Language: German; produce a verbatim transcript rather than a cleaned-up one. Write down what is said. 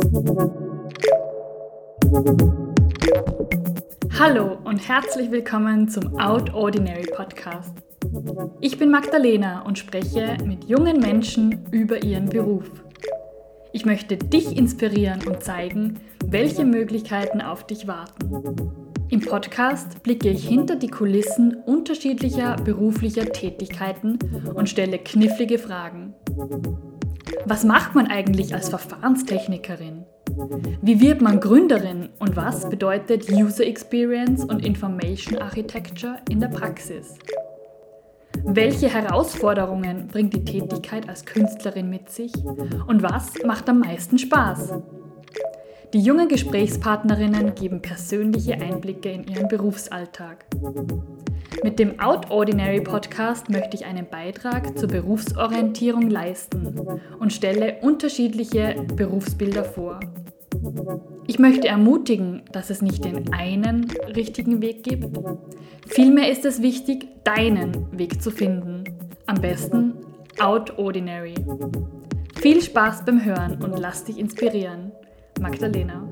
Hallo und herzlich willkommen zum Out Ordinary Podcast. Ich bin Magdalena und spreche mit jungen Menschen über ihren Beruf. Ich möchte dich inspirieren und zeigen, welche Möglichkeiten auf dich warten. Im Podcast blicke ich hinter die Kulissen unterschiedlicher beruflicher Tätigkeiten und stelle knifflige Fragen. Was macht man eigentlich als Verfahrenstechnikerin? Wie wird man Gründerin und was bedeutet User Experience und Information Architecture in der Praxis? Welche Herausforderungen bringt die Tätigkeit als Künstlerin mit sich und was macht am meisten Spaß? Die jungen Gesprächspartnerinnen geben persönliche Einblicke in ihren Berufsalltag. Mit dem Out Ordinary Podcast möchte ich einen Beitrag zur Berufsorientierung leisten und stelle unterschiedliche Berufsbilder vor. Ich möchte ermutigen, dass es nicht den einen richtigen Weg gibt. Vielmehr ist es wichtig, deinen Weg zu finden. Am besten Out Ordinary. Viel Spaß beim Hören und lass dich inspirieren. Magdalena.